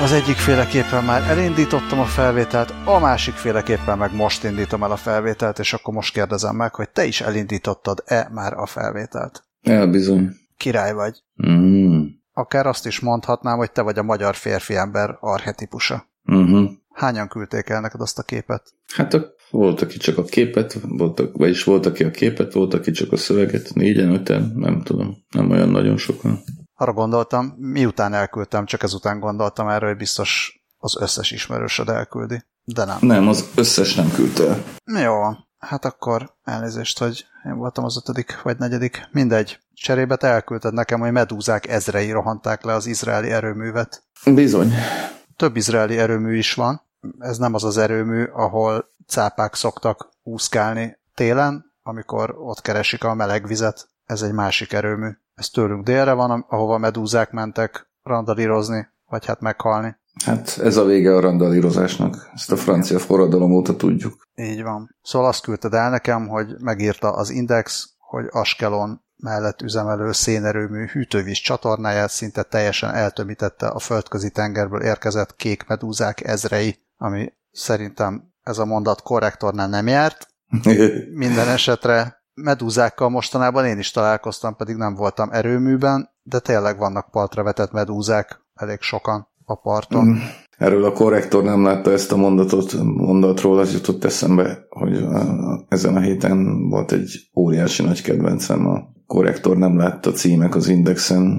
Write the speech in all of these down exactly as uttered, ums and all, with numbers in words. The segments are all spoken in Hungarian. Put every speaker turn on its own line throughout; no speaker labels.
Az egyik féleképpen már elindítottam a felvételt, a másik féleképpen meg most indítom el a felvételt, és akkor most kérdezem meg, hogy te is elindítottad-e már a felvételt?
Ja, bizony.
Király vagy.
Mm.
Akár azt is mondhatnám, hogy te vagy a magyar férfi ember archetipusa.
Uh-huh.
Hányan küldték el neked azt a képet?
Hát a, volt, aki csak a képet, voltak, vagyis volt, aki a képet, volt, aki csak a szöveget, négyen, öten, nem tudom, nem olyan nagyon sokan.
Arra gondoltam, miután elküldtem, csak ezután gondoltam erre, hogy biztos az összes ismerősöd elküldi. De nem.
Nem, az összes nem küldte el.
Jó, hát akkor elnézést, hogy én voltam az ötödik vagy negyedik. Mindegy. Cserébe te elküldted nekem, hogy medúzák ezrei rohanták le az izraeli erőművet.
Bizony.
Több izraeli erőmű is van. Ez nem az az erőmű, ahol cápák szoktak úszkálni télen, amikor ott keresik a meleg vizet. Ez egy másik erőmű. Ez tőlünk délre van, ahova medúzák mentek randalírozni, vagy hát meghalni.
Hát ez a vége a randalírozásnak. Ezt a francia forradalom óta tudjuk.
Így van. Szóval azt küldted el nekem, hogy megírta az Index, hogy Askelon mellett üzemelő szénerőmű hűtővíz csatornáját szinte teljesen eltömítette a földközi tengerből érkezett kék medúzák ezrei, ami szerintem ez a mondat korrektornál nem járt. Minden esetre medúzákkal mostanában én is találkoztam, pedig nem voltam erőműben, de tényleg vannak partra vetett medúzák, elég sokan a parton.
Erről a korrektor nem látta ezt a mondatot, mondatról az jutott eszembe, hogy ezen a héten volt egy óriási nagy kedvencem, a korrektor nem látta címek az Indexen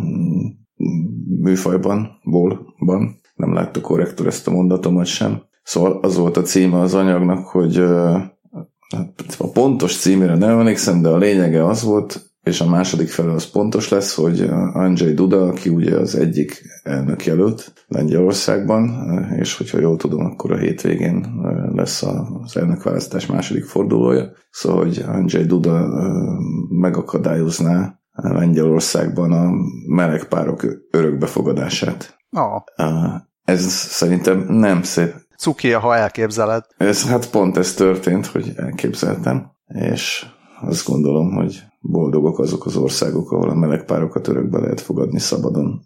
műfajban, ból-ban, nem látta a korrektor ezt a mondatomat sem. Szóval az volt a címe az anyagnak, hogy a pontos címére nem emlékszem, de a lényege az volt, és a második felől az pontos lesz, hogy Andrzej Duda, aki ugye az egyik elnök jelölt Lengyelországban, és hogyha jól tudom, akkor a hétvégén lesz az elnökválasztás második fordulója, szóval, hogy Andrzej Duda megakadályozná Lengyelországban a melegpárok örökbefogadását.
Oh.
Ez szerintem nem szép.
Cuki, ha elképzeled.
Ez, hát pont ez történt, hogy elképzeltem, és azt gondolom, hogy boldogok azok az országok, ahol a melegpárokat örökbe lehet fogadni szabadon.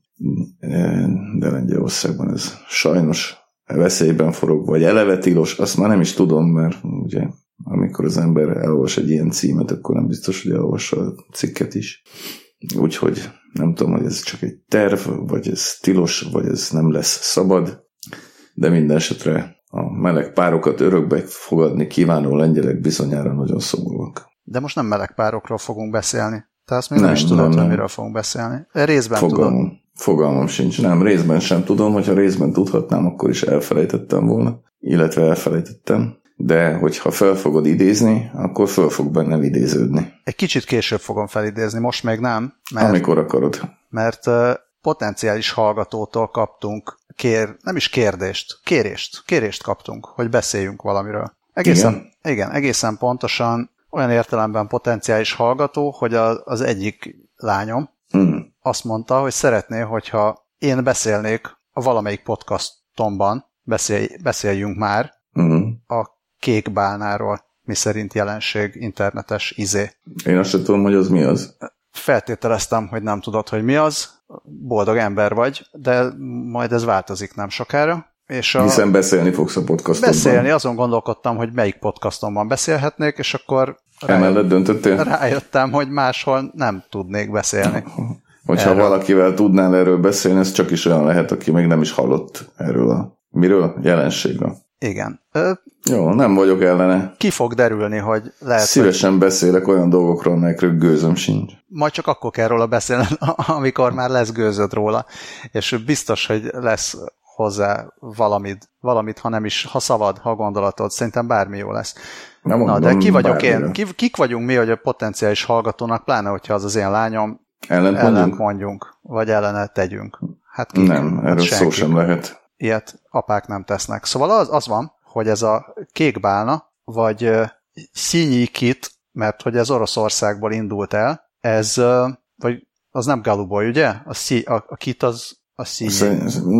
De Lengyelországban ez sajnos veszélyben forog, vagy eleve tilos, azt már nem is tudom, mert ugye amikor az ember elolvas egy ilyen címet, akkor nem biztos, hogy elolvassa a cikket is. Úgyhogy nem tudom, hogy ez csak egy terv, vagy ez tilos, vagy ez nem lesz szabad, de minden esetre a meleg párokat örökbe fogadni kívánó lengyelek bizonyára nagyon szomorúak.
De most nem meleg párokról fogunk beszélni. Te azt még nem,
nem
is tudod,
nem,
hogy
nem.
miről fogunk beszélni. Részben
fogalmam,
tudod.
Fogalmam sincs. Nem, részben sem tudom. Hogyha részben tudhatnám, akkor is elfelejtettem volna. Illetve elfelejtettem. De hogyha fel fogod idézni, akkor fel fog bennem idéződni.
Egy kicsit később fogom felidézni, most még nem. Mert,
Amikor akarod.
Mert uh, potenciális hallgatótól kaptunk kér, nem is kérdést, kérést, kérést kaptunk, hogy beszéljünk valamiről. Egészen, igen? igen, egészen pontosan olyan értelemben potenciális hallgató, hogy a, az egyik lányom mm. azt mondta, hogy szeretné, hogyha én beszélnék a valamelyik podcastomban, beszélj, beszéljünk már mm. a kék bálnáról, miszerint jelenség, internetes izé.
Én azt sem tudom, hogy az mi az.
Feltételeztem, hogy nem tudod, hogy mi az. Boldog ember vagy, de majd ez változik nem sokára. És a...
Hiszen beszélni fogsz a podcastomban.
Beszélni, azon gondolkodtam, hogy melyik podcastomban beszélhetnék, és akkor
emellett döntöttél?
Rájöttem, hogy máshol nem tudnék beszélni.
Hogyha erről. Valakivel tudnál erről beszélni, ez csak is olyan lehet, aki még nem is hallott erről a miről? Jelenségről.
Igen. Ö,
Jó, nem vagyok ellene.
Ki fog derülni, hogy lehet,
Szívesen
hogy...
beszélek olyan dolgokról, amelyekről gőzöm sincs.
Majd csak akkor kell róla beszélni, amikor már lesz gőzöd róla. És biztos, hogy lesz hozzá valamit, valamit, ha nem is, ha szavad, ha gondolatod. Szerintem bármi jó lesz.
Nem mondom,
Na, de ki vagyok
bármire.
én? Ki, kik vagyunk mi, hogy a potenciális hallgatónak, pláne, hogyha az az én lányom,
ellent
ellent
mondjunk?
mondjunk, vagy ellene tegyünk. Hát kik?
Nem, erről
hát
szó sem lehet.
Ilyet apák nem tesznek. Szóval az, az van, hogy ez a kék bálna, vagy uh, színyi kit, mert hogy ez Oroszországból indult el, ez, uh, vagy az nem Galuboly, ugye? A, szí, a, a kit az a színyi.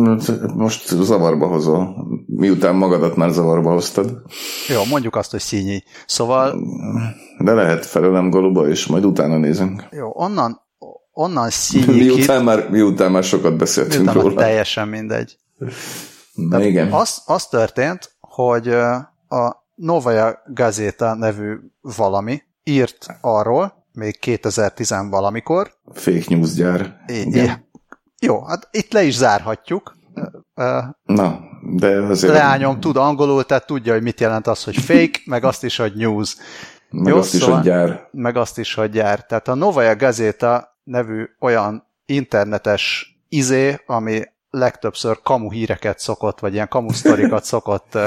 Most zavarba hozol. Miután magadat már zavarba hoztad.
Jó, mondjuk azt, hogy színyi. Szóval...
De lehet felőlem Galuba, és majd utána nézünk.
Jó, onnan, onnan színyi
miután
kit...
Már, miután már sokat beszéltünk
miután
róla.
Már teljesen mindegy.
Igen.
Az, az történt, hogy a Novaya Gazeta nevű valami írt arról, még kétezer-tíz valamikor.
Fake news gyár.
Igen. Jó, hát itt le is zárhatjuk.
Na, de azért...
Leányom tud angolul, tehát tudja, hogy mit jelent az, hogy fake, meg azt is, hogy news.
Meg
Jó,
azt is,
szóval,
hogy gyár.
Meg azt is, hogy gyár. Tehát a Novaya Gazeta nevű olyan internetes izé, ami legtöbbször kamu híreket szokott, vagy ilyen kamu sztorikat szokott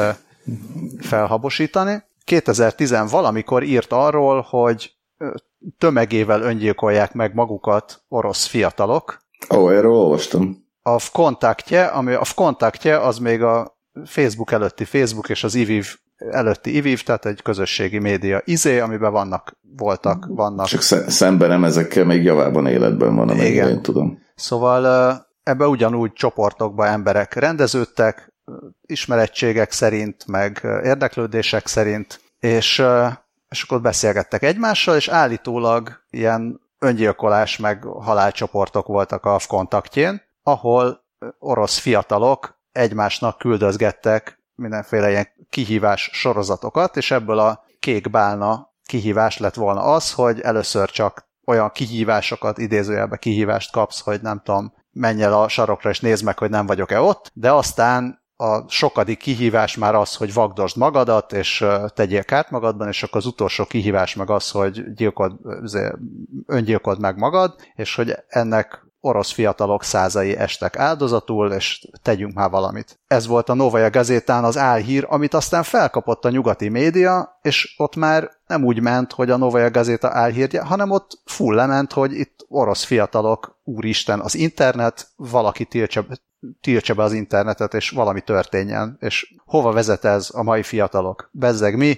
felhabosítani. kétezer-tíz valamikor írt arról, hogy tömegével öngyilkolják meg magukat orosz fiatalok.
Ó, erről olvastam.
A Vkontaktje, ami a Vkontaktje az még a Facebook előtti Facebook és az i viv előtti i viv, tehát egy közösségi média izé, amiben vannak, voltak, vannak.
Csak szemben nem ezekkel még javában életben van, amennyire én tudom.
Szóval ebbe ugyanúgy csoportokba emberek rendeződtek, ismerettségek szerint, meg érdeklődések szerint, és, és akkor beszélgettek egymással, és állítólag ilyen öngyilkolás meg halálcsoportok voltak a Vkontaktjén, ahol orosz fiatalok egymásnak küldözgettek mindenféle ilyen kihívás sorozatokat, és ebből a kék bálna kihívás lett volna az, hogy először csak olyan kihívásokat, idézőjelbe kihívást kapsz, hogy nem tudom, menj el a sarokra és nézd meg, hogy nem vagyok-e ott, de aztán a sokadik kihívás már az, hogy vagdosd magadat, és tegyél kárt magadban, és akkor az utolsó kihívás meg az, hogy gyilkod, öngyilkod meg magad, és hogy ennek orosz fiatalok százai estek áldozatul, és tegyünk már valamit. Ez volt a Novaya Gazetán az álhír, amit aztán felkapott a nyugati média, és ott már nem úgy ment, hogy a Novaya Gazeta álhírja, hanem ott full lement, hogy itt orosz fiatalok, úristen, az internet, valaki tiltsa, tiltsa be az internetet, és valami történjen. És hova vezet ez a mai fiatalok? Bezzeg mi,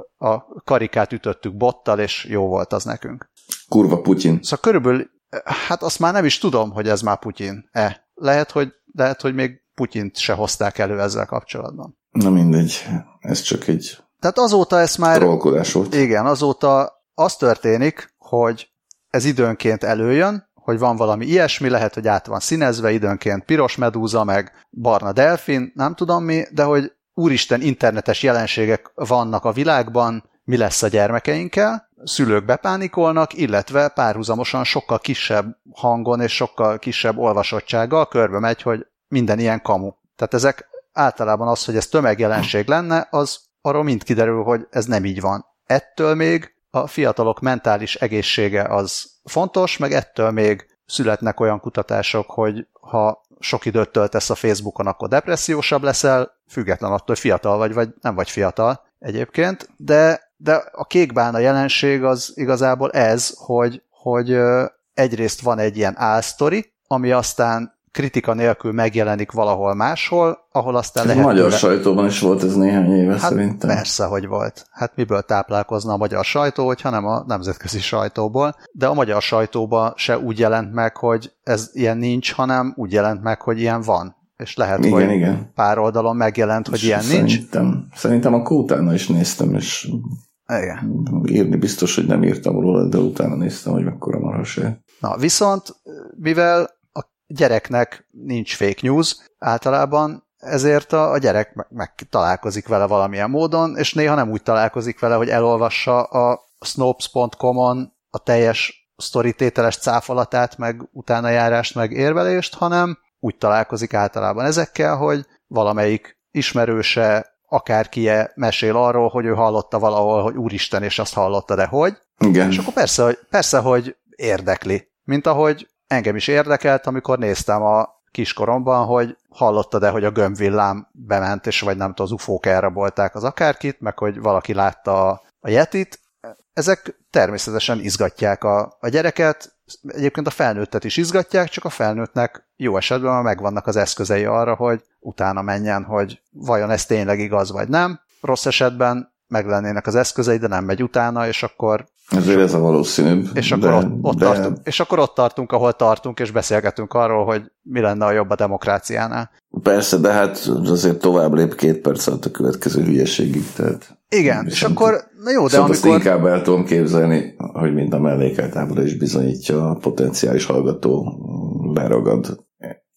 a karikát ütöttük bottal, és jó volt az nekünk.
Kurva Putyin.
Szóval körülbelül hát azt már nem is tudom, hogy ez már Putyin-e. Lehet, hogy, lehet, hogy még Putyint se hozták elő ezzel kapcsolatban.
Na mindegy, ez csak egy
Tehát azóta ez már...
trollkodás volt.
Igen, azóta az történik, hogy ez időnként előjön, hogy van valami ilyesmi, lehet, hogy át van színezve, időnként piros medúza, meg barna delfin, nem tudom mi, de hogy úristen, internetes jelenségek vannak a világban, mi lesz a gyermekeinkkel, szülők bepánikolnak, illetve párhuzamosan sokkal kisebb hangon és sokkal kisebb olvasottsággal körbe megy, hogy minden ilyen kamu. Tehát ezek általában az, hogy ez tömegjelenség lenne, az arról mind kiderül, hogy ez nem így van. Ettől még a fiatalok mentális egészsége az fontos, meg ettől még születnek olyan kutatások, hogy ha sok időt töltesz a Facebookon, akkor depressziósabb leszel, független attól, hogy fiatal vagy, vagy nem vagy fiatal egyébként, de De a kékbálna jelenség az igazából ez, hogy, hogy egyrészt van egy ilyen álsztori, ami aztán kritika nélkül megjelenik valahol máshol, ahol aztán lehet...
A magyar tőle... sajtóban is volt ez néhány éve,
hát
szerintem.
Persze, hogy volt. Hát miből táplálkozna a magyar sajtó, hogyha nem a nemzetközi sajtóból, de a magyar sajtóban se úgy jelent meg, hogy ez ilyen nincs, hanem úgy jelent meg, hogy ilyen van. És lehet, igen, hogy igen. Pár oldalon megjelent, hogy és ilyen
szerintem,
nincs.
Szerintem akkor utána is néztem, és
igen.
Írni biztos, hogy nem írtam róla, de utána néztem, hogy mekkora marhaság.
Na, viszont mivel a gyereknek nincs fake news általában, ezért a, a gyerek meg, meg találkozik vele valamilyen módon, és néha nem úgy találkozik vele, hogy elolvassa a snopes pont com-on a teljes sztoritételes cáfolatát, meg utánajárást, meg érvelést, hanem úgy találkozik általában ezekkel, hogy valamelyik ismerőse, akárkie mesél arról, hogy ő hallotta valahol, hogy úristen, és azt hallotta, de hogy.
Igen.
És akkor persze, hogy, persze, hogy érdekli. Mint ahogy engem is érdekelt, amikor néztem a kiskoromban, hogy hallotta-e, hogy a gömbvillám bement, és vagy nem tudom, az ufók elrabolták az akárkit, meg hogy valaki látta a, a yetit. Ezek természetesen izgatják a, a gyereket, egyébként a felnőttet is izgatják, csak a felnőttnek jó esetben már megvannak az eszközei arra, hogy utána menjen, hogy vajon ez tényleg igaz, vagy nem. Rossz esetben meg lennének az eszközei, de nem megy utána, és akkor...
Ezért ez a valószínűbb.
És akkor, de, ott, ott de... tartunk, és akkor ott tartunk, ahol tartunk, és beszélgetünk arról, hogy mi lenne a jobb a demokráciánál.
Persze, de hát azért tovább lép két perc alatt a következő hülyeségig, tehát...
Igen, és akkor, na jó, de
szóval
amikor...
azt inkább el tudom képzelni, hogy mind a mellékeltábla is bizonyítja, a potenciális hallgató leragad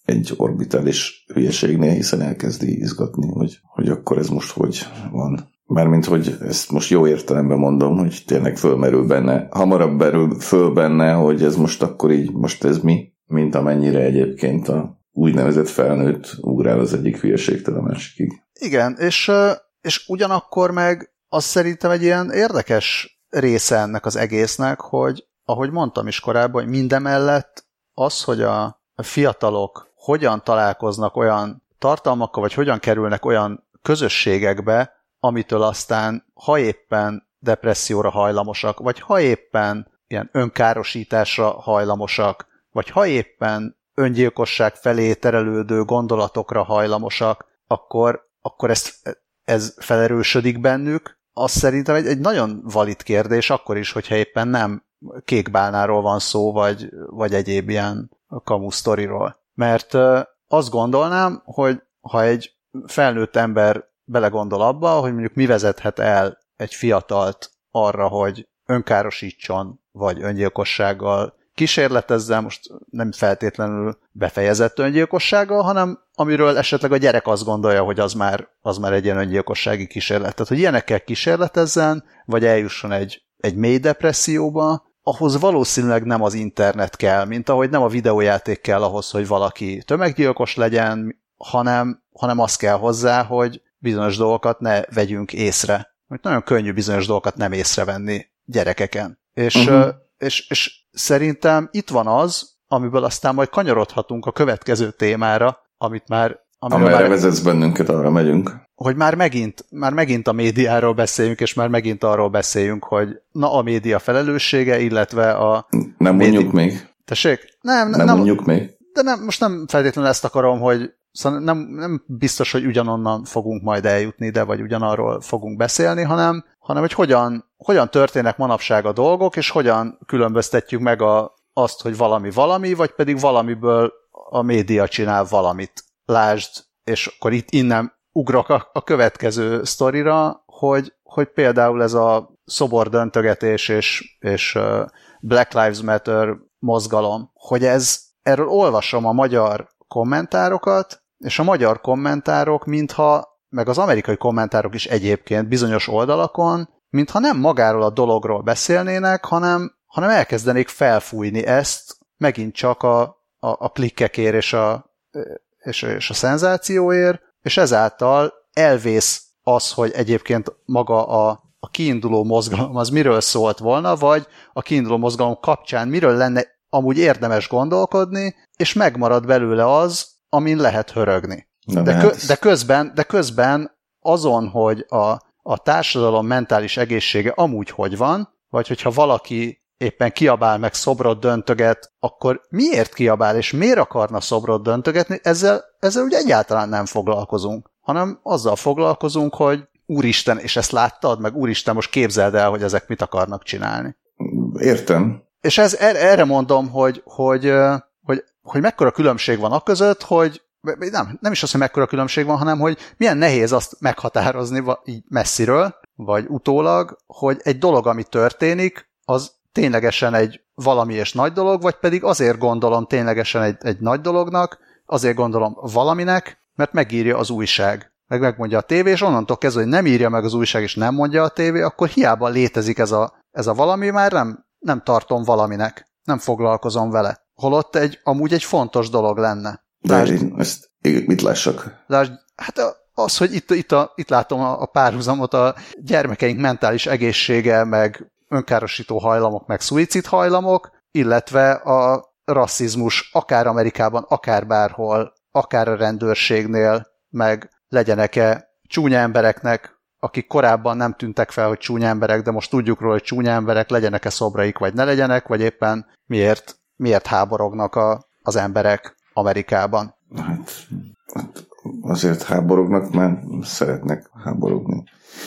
egy orbitális hülyeségnél, hiszen elkezdi izgatni, hogy, hogy akkor ez most hogy van. Mármint, hogy ezt most jó értelemben mondom, hogy tényleg fölmerül benne, hamarabb berül föl benne, hogy ez most akkor így, most ez mi, mint amennyire egyébként a úgynevezett felnőtt ugrál az egyik hülyeségtől a másikig.
Igen, és, és ugyanakkor meg az szerintem egy ilyen érdekes része ennek az egésznek, hogy ahogy mondtam is korábban, hogy mindemellett az, hogy a fiatalok hogyan találkoznak olyan tartalmakkal, vagy hogyan kerülnek olyan közösségekbe, amitől aztán, ha éppen depresszióra hajlamosak, vagy ha éppen ilyen önkárosításra hajlamosak, vagy ha éppen öngyilkosság felé terelődő gondolatokra hajlamosak, akkor, akkor ez, ez felerősödik bennük. Az szerintem egy, egy nagyon valid kérdés, akkor is, hogyha éppen nem kékbálnáról van szó, vagy, vagy egyéb ilyen kamusztoriról. Mert azt gondolnám, hogy ha egy felnőtt ember belegondol abba, hogy mondjuk mi vezethet el egy fiatalt arra, hogy önkárosítson, vagy öngyilkossággal kísérletezzen, most nem feltétlenül befejezett öngyilkossággal, hanem amiről esetleg a gyerek azt gondolja, hogy az már, az már egy ilyen öngyilkossági kísérlet. Tehát, hogy ilyenekkel kísérletezzen, vagy eljusson egy, egy mély depresszióba, ahhoz valószínűleg nem az internet kell, mint ahogy nem a videójáték kell ahhoz, hogy valaki tömeggyilkos legyen, hanem, hanem az kell hozzá, hogy bizonyos dolgokat ne vegyünk észre. Hogy nagyon könnyű bizonyos dolgokat nem észrevenni gyerekeken. És, uh-huh. és, és szerintem itt van az, amiből aztán majd kanyarodhatunk a következő témára, amit már...
Amerre már, vezetsz bennünket, arra megyünk.
Hogy már megint, már megint a médiáról beszéljünk, és már megint arról beszéljünk, hogy na a média felelőssége, illetve a...
Nem
médi...
mondjuk még.
Tessék? Nem,
nem, nem mondjuk még.
De nem, most nem feltétlenül ezt akarom, hogy szóval nem, nem biztos, hogy ugyanonnan fogunk majd eljutni, de vagy ugyanarról fogunk beszélni, hanem, hanem hogy hogyan, hogyan történnek manapság a dolgok, és hogyan különböztetjük meg a, azt, hogy valami valami, vagy pedig valamiből a média csinál valamit. Lásd, és akkor itt innen ugrok a, a következő sztorira, hogy, hogy például ez a szobordöntögetés és, és Black Lives Matter mozgalom, hogy ez, erről olvasom a magyar kommentárokat, és a magyar kommentárok, mintha, meg az amerikai kommentárok is egyébként bizonyos oldalakon, mintha nem magáról a dologról beszélnének, hanem, hanem elkezdenék felfújni ezt megint csak a, a, a klikkekért és a, és, és a szenzációért, és ezáltal elvész az, hogy egyébként maga a, a kiinduló mozgalom az miről szólt volna, vagy a kiinduló mozgalom kapcsán miről lenne amúgy érdemes gondolkodni, és megmarad belőle az, amin lehet hörögni. De, kö, de, közben, de közben azon, hogy a, a társadalom mentális egészsége amúgy hogy van, vagy hogyha valaki éppen kiabál meg szobrot döntöget, akkor miért kiabál, és miért akarna szobrot döntögetni, ezzel, ezzel ugye egyáltalán nem foglalkozunk, hanem azzal foglalkozunk, hogy úristen, és ezt láttad, meg úristen, most képzeld el, hogy ezek mit akarnak csinálni.
Értem.
És ez, erre mondom, hogy, hogy, hogy, hogy mekkora különbség van a között, hogy nem, nem is az, hogy mekkora különbség van, hanem hogy milyen nehéz azt meghatározni így messziről, vagy utólag, hogy egy dolog, ami történik, az ténylegesen egy valami és nagy dolog, vagy pedig azért gondolom ténylegesen egy, egy nagy dolognak, azért gondolom valaminek, mert megírja az újság, meg megmondja a tévé, és onnantól kezdve, hogy nem írja meg az újság, és nem mondja a tévé, akkor hiába létezik ez a, ez a valami, már nem, nem tartom valaminek, nem foglalkozom vele. Holott egy, amúgy egy fontos dolog lenne.
De lásd, én ezt mit lássak?
Lásd, hát az, hogy itt, itt, a, itt látom a, a párhuzamot a gyermekeink mentális egészsége, meg önkárosító hajlamok, meg szuicid hajlamok, illetve a rasszizmus akár Amerikában, akár bárhol, akár a rendőrségnél, meg legyenek-e csúnya embereknek, akik korábban nem tűntek fel, hogy csúnya emberek, de most tudjuk róla, hogy csúnya emberek, legyenek-e szobraik, vagy ne legyenek, vagy éppen miért, miért háborognak a, az emberek Amerikában.
Hát, hát azért háborognak, mert szeretnek háborogni.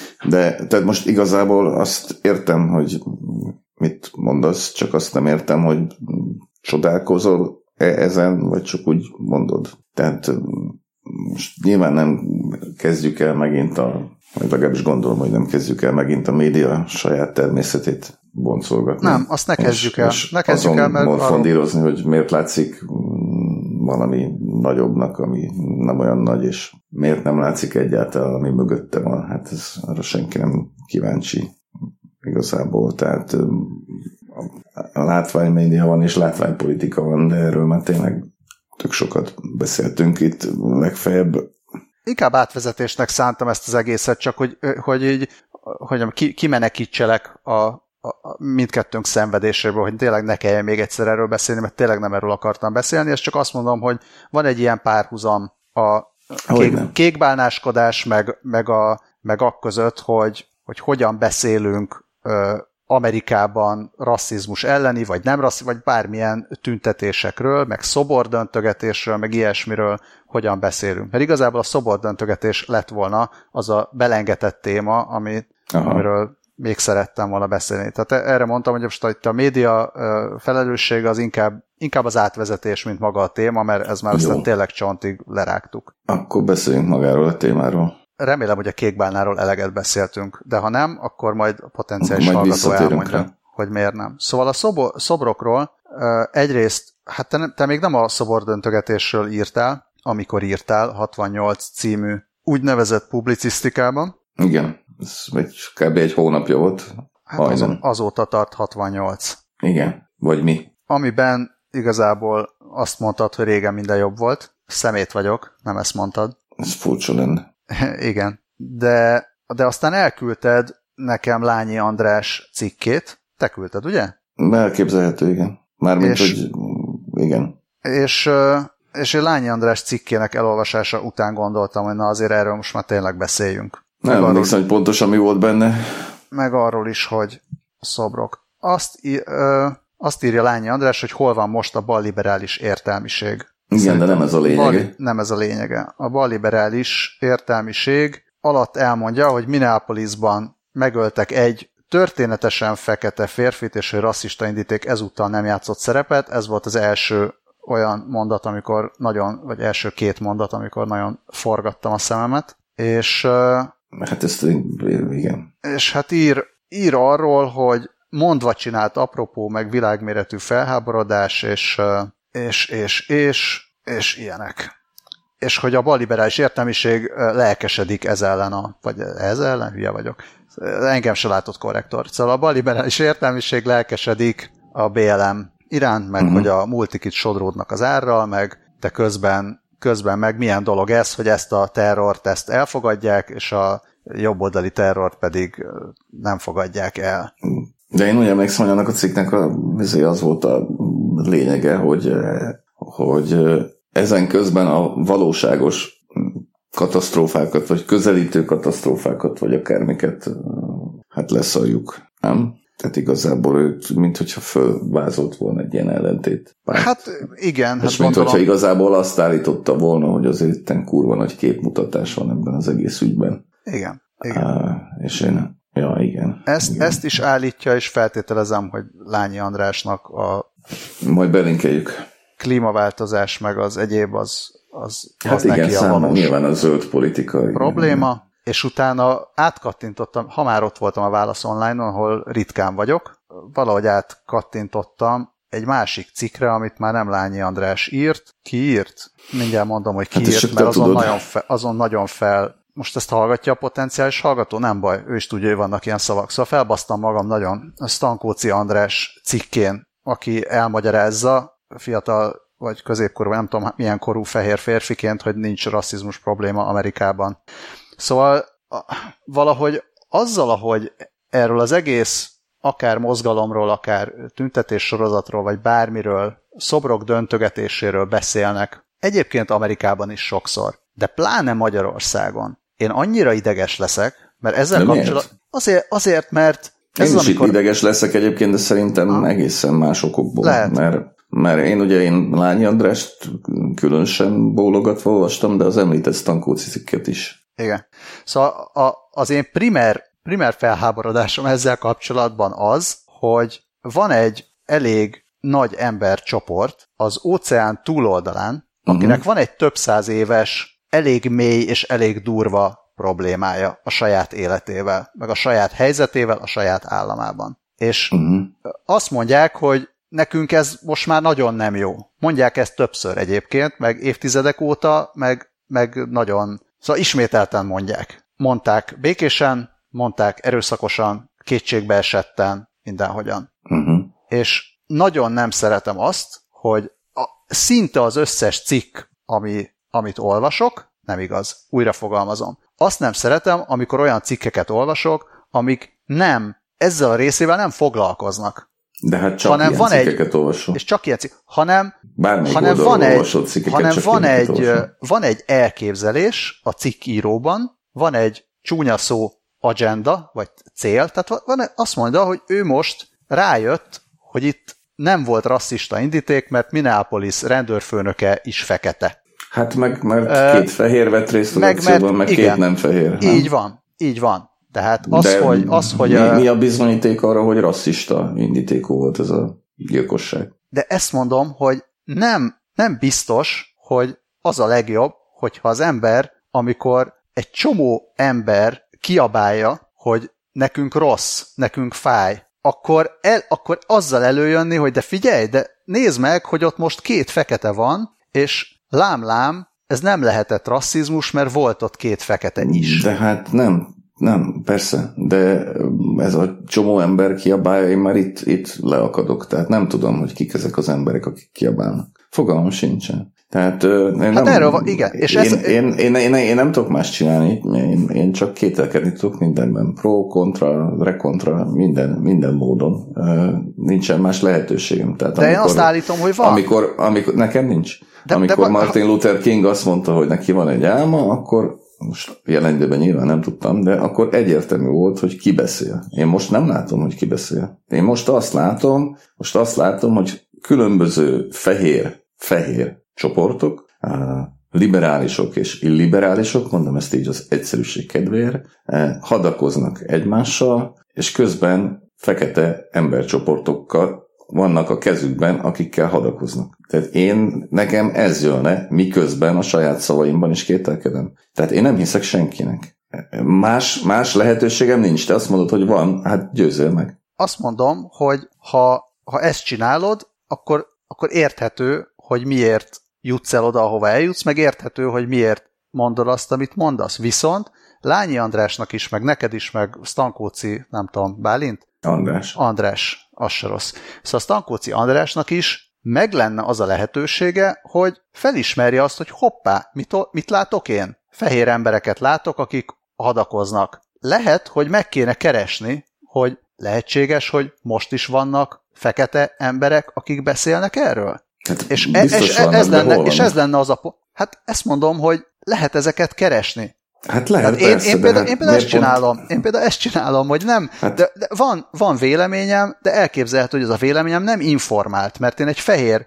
De tehát most igazából azt értem, hogy mit mondasz, csak azt nem értem, hogy csodálkozol ezen, vagy csak úgy mondod. Tehát most nyilván nem kezdjük el megint a, vagy legalábbis gondolom, hogy nem kezdjük el megint a média saját természetét boncolgatni.
Nem, azt ne kezdjük
és,
el.
És
ne kezdjük
azon
el, mert
morfondírozni, arról... hogy miért látszik valami nagyobbnak, ami nem olyan nagy, és miért nem látszik egyáltalán, ami mögötte van. Hát ez, arra senki nem kíváncsi igazából. Tehát a látványmédia van, és látványpolitika van, de erről már tényleg tök sokat beszéltünk itt, legfeljebb.
Inkább átvezetésnek szántam ezt az egészet, csak hogy, hogy így, hogy ki, kimenekítselek a, a, a mindkettőnk szenvedéséből, hogy tényleg ne kelljen még egyszer erről beszélni, mert tényleg nem erről akartam beszélni, és csak azt mondom, hogy van egy ilyen párhuzam a kék, kékbálnáskodás, meg, meg, a, meg a között, hogy, hogy hogyan beszélünk ö, Amerikában rasszizmus elleni, vagy nem rasszizmus, vagy bármilyen tüntetésekről, meg szobordöntögetésről, meg ilyesmiről hogyan beszélünk. Mert igazából a szobordöntögetés lett volna az a belengetett téma, ami, amiről még szerettem volna beszélni. Tehát erre mondtam, hogy most itt a média felelőssége az inkább, inkább az átvezetés, mint maga a téma, mert ez már aztán tényleg csontig lerágtuk.
Akkor beszéljünk magáról a témáról.
Remélem, hogy a kékbálnáról eleget beszéltünk, de ha nem, akkor majd a potenciális hallgató elmondja, rá. hogy miért nem. Szóval a szobor, szobrokról egyrészt, hát te, te még nem a szobordöntögetésről írtál, amikor írtál hatvannyolc című úgynevezett publicisztikában.
Igen, ez egy, kb. Egy hónapja volt.
Hát azon, azóta tart hatvannyolc.
Igen, vagy mi.
Amiben igazából azt mondtad, hogy régen minden jobb volt. Szemét vagyok, nem ezt mondtad.
Ez furcsa lenne.
Igen, de, de aztán elküldted nekem Lányi András cikkét. Te küldted, ugye?
Elképzelhető, igen. Mármint, és, hogy igen.
És, és én Lányi András cikkének elolvasása után gondoltam, hogy na azért erről most már tényleg beszéljünk.
Nem emlékszem, hogy pontosan mi volt benne.
Meg arról is, hogy szobrok. Azt, ö, azt írja Lányi András, hogy hol van most a balliberális értelmiség.
Igen, szerintem de nem ez a lényege. Bal,
nem ez a lényege. A balliberális értelmiség alatt elmondja, hogy Minneapolisban megöltek egy történetesen fekete férfit, és hogy rasszista indíték ezúttal nem játszott szerepet. Ez volt az első olyan mondat, amikor nagyon, vagy első két mondat, amikor nagyon forgattam a szememet. És,
hát ezt igen.
És hát ír, ír arról, hogy mondva csinált apropó, meg világméretű felháborodás, és és, és, és, és ilyenek. És hogy a balliberális értelmiség lelkesedik ez ellen a, vagy ez ellen, hülye vagyok. Engem se látott korrektor. Szóval a balliberális értelmiség lelkesedik a bé el em iránt, meg uh-huh. hogy a multik itt sodródnak az árral, meg te közben, közben meg milyen dolog ez, hogy ezt a terrort ezt elfogadják, és a jobboldali terrort pedig nem fogadják el.
De én úgy emlékszem, hogy annak a cikknek az volt a lényege, hogy, hogy ezen közben a valóságos katasztrófákat, vagy közelítő katasztrófákat, vagy akármiket hát leszaljuk, nem? Tehát igazából őt, mint hogyha fölvázolt volna egy ilyen ellentét.
Hát igen.
És
hát
mint
gondolom...
hogyha igazából azt állította volna, hogy azért itten kurva nagy képmutatás van ebben az egész ügyben.
Igen. igen.
Á, és én Ja, igen.
Ezt,
igen.
ezt is állítja, és feltételezem, hogy Lányi Andrásnak a
majd belinkeljük.
Klímaváltozás meg az egyéb az, az,
hát
az
igen,
neki a valós
nyilván a zöld politika
probléma,
igen.
És utána átkattintottam, ha már ott voltam a Válasz Online-on, ahol ritkán vagyok, valahogy átkattintottam egy másik cikkre, amit már nem Lányi András írt. Ki írt? Mindjárt mondom, hogy ki hát írt, mert azon nagyon, fe, azon nagyon fel most ezt hallgatja a potenciális hallgató? Nem baj, ő is tudja, hogy vannak ilyen szavak. Szóval felbasztam magam nagyon Stankóci András cikkén, aki elmagyarázza fiatal vagy középkorú, nem tudom milyen korú fehér férfiként, hogy nincs rasszizmus probléma Amerikában. Szóval valahogy azzal, ahogy erről az egész akár mozgalomról, akár tüntetéssorozatról, vagy bármiről, szobrok döntögetéséről beszélnek, egyébként Amerikában is sokszor, de pláne Magyarországon. Én annyira ideges leszek, mert ezzel kapcsolatban... Azért, azért, mert... Ez
én is
amikor...
ideges leszek egyébként, de szerintem ha? egészen más okokból.
Lehet.
Mert, mert én ugye én Lányi Andrást különösen bólogatva olvastam, de az említett Stankóci cikket is.
Igen. Szóval a, az én primer, primer felháborodásom ezzel kapcsolatban az, hogy van egy elég nagy embercsoport az óceán túloldalán, akinek uh-huh. van egy több száz éves elég mély és elég durva problémája a saját életével, meg a saját helyzetével, a saját államában. És uh-huh. azt mondják, hogy nekünk ez most már nagyon nem jó. Mondják ezt többször egyébként, meg évtizedek óta, meg, meg nagyon... Szóval ismételten mondják. Mondták békésen, mondták erőszakosan, kétségbe esetten, mindenhogyan. Uh-huh. És nagyon nem szeretem azt, hogy a, szinte az összes cikk, ami, amit olvasok, nem igaz, újra fogalmazom. Azt nem szeretem, amikor olyan cikkeket olvasok, amik nem, ezzel a részével nem foglalkoznak.
De hát csak
hanem
ilyen
van
cikkeket
egy,
olvasok.
És csak ilyen cikk, hanem,
hanem
van egy, hanem van egy,
olvasok.
van egy elképzelés a cikkíróban, van egy csúnya szó agenda, vagy cél, tehát van, azt mondja, hogy ő most rájött, hogy itt nem volt rasszista indíték, mert Minneapolis rendőrfőnöke is fekete.
Hát meg, mert két uh, fehér vett részt az akcióban, meg igen, két nem fehér. Nem?
Így van, így van. Tehát az,
De
hogy... Az, hogy
mi,
a,
mi a bizonyíték arra, hogy rasszista indítékú volt ez a gyilkosság?
De ezt mondom, hogy nem, nem biztos, hogy az a legjobb, hogyha az ember, amikor egy csomó ember kiabálja, hogy nekünk rossz, nekünk fáj, akkor, el, akkor azzal előjönni, hogy de figyelj, de nézd meg, hogy ott most két fekete van, és lám-lám, ez nem lehetett rasszizmus, mert volt ott két fekete is.
De hát nem, nem, persze, de ez a csomó ember kiabálja, én már itt, itt leakadok, tehát nem tudom, hogy kik ezek az emberek, akik kiabálnak. Fogalmam sincsen. Tehát, én hát nem,
erről van, igen. És
én,
ez...
én, én, én, én nem tudok más csinálni, én, én csak kételkedni tudok mindenben. Pro, kontra, rekontra, minden, minden módon. Nincsen más lehetőségem. Tehát
de
amikor,
én azt állítom, hogy van.
Amikor, amikor, nekem nincs. De, amikor de, Martin Luther King azt mondta, hogy neki van egy álma, akkor most jelen időben nyilván nem tudtam, de akkor egyértelmű volt, hogy ki beszél. Én most nem látom, hogy ki beszél. Én most azt látom, most azt látom, hogy különböző fehér, fehér csoportok, liberálisok és illiberálisok, mondom ezt így az egyszerűség kedvéért, hadakoznak egymással, és közben fekete embercsoportokkal vannak a kezükben, akikkel hadakoznak. Tehát én, nekem ez jönne, miközben a saját szavaimban is kételkedem. Tehát én nem hiszek senkinek. Más, más lehetőségem nincs. Te azt mondod, hogy van, hát győzöl meg.
Azt mondom, hogy ha, ha ezt csinálod, akkor, akkor érthető, hogy miért jutsz el oda, ahova eljutsz, meg érthető, hogy miért mondod azt, amit mondasz. Viszont Lányi Andrásnak is, meg neked is, meg Stankóci, nem tudom, Bálint?
András.
András, az se rossz. Szóval Stankóci Andrásnak is meg lenne az a lehetősége, hogy felismerje azt, hogy hoppá, mit, mit látok én? Fehér embereket látok, akik hadakoznak. Lehet, hogy meg kéne keresni, hogy lehetséges, hogy most is vannak fekete emberek, akik beszélnek erről?
Hát
és, e, és,
vannak,
ez lenne, és ez lenne az a pont. Hát ezt mondom, hogy lehet ezeket keresni.
Hát lehet,
hát én,
persze,
én például,
hát
én például ezt
pont...
csinálom. Én például ezt csinálom, hogy nem, hát... de, de van, van véleményem, de elképzelhető, hogy ez a véleményem nem informált, mert én egy fehér